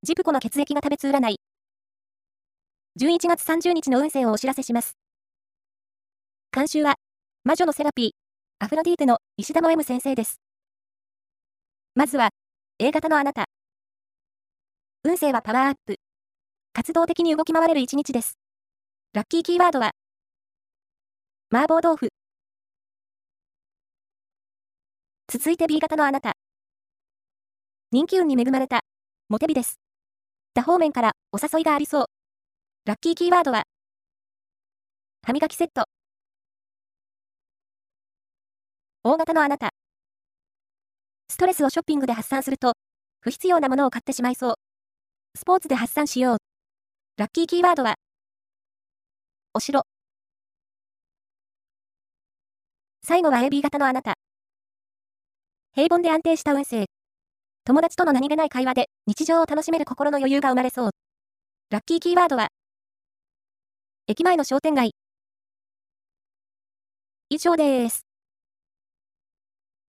ジプコの血液が食べつ占い。11月30日の運勢をお知らせします。監修は、魔女のセラピー、アフロディーテの石田の M 先生です。まずは、A 型のあなた。運勢はパワーアップ。活動的に動き回れる一日です。ラッキーキーワードは、麻婆豆腐。続いて B 型のあなた。人気運に恵まれた、モテ日です。多方面からお誘いがありそう。ラッキーキーワードは、歯磨きセット。大型のあなた。ストレスをショッピングで発散すると、不必要なものを買ってしまいそう。スポーツで発散しよう。ラッキーキーワードは、お城。最後は AB 型のあなた。平凡で安定した運勢。友達との何気ない会話で日常を楽しめる心の余裕が生まれそう。ラッキーキーワードは、駅前の商店街。以上です。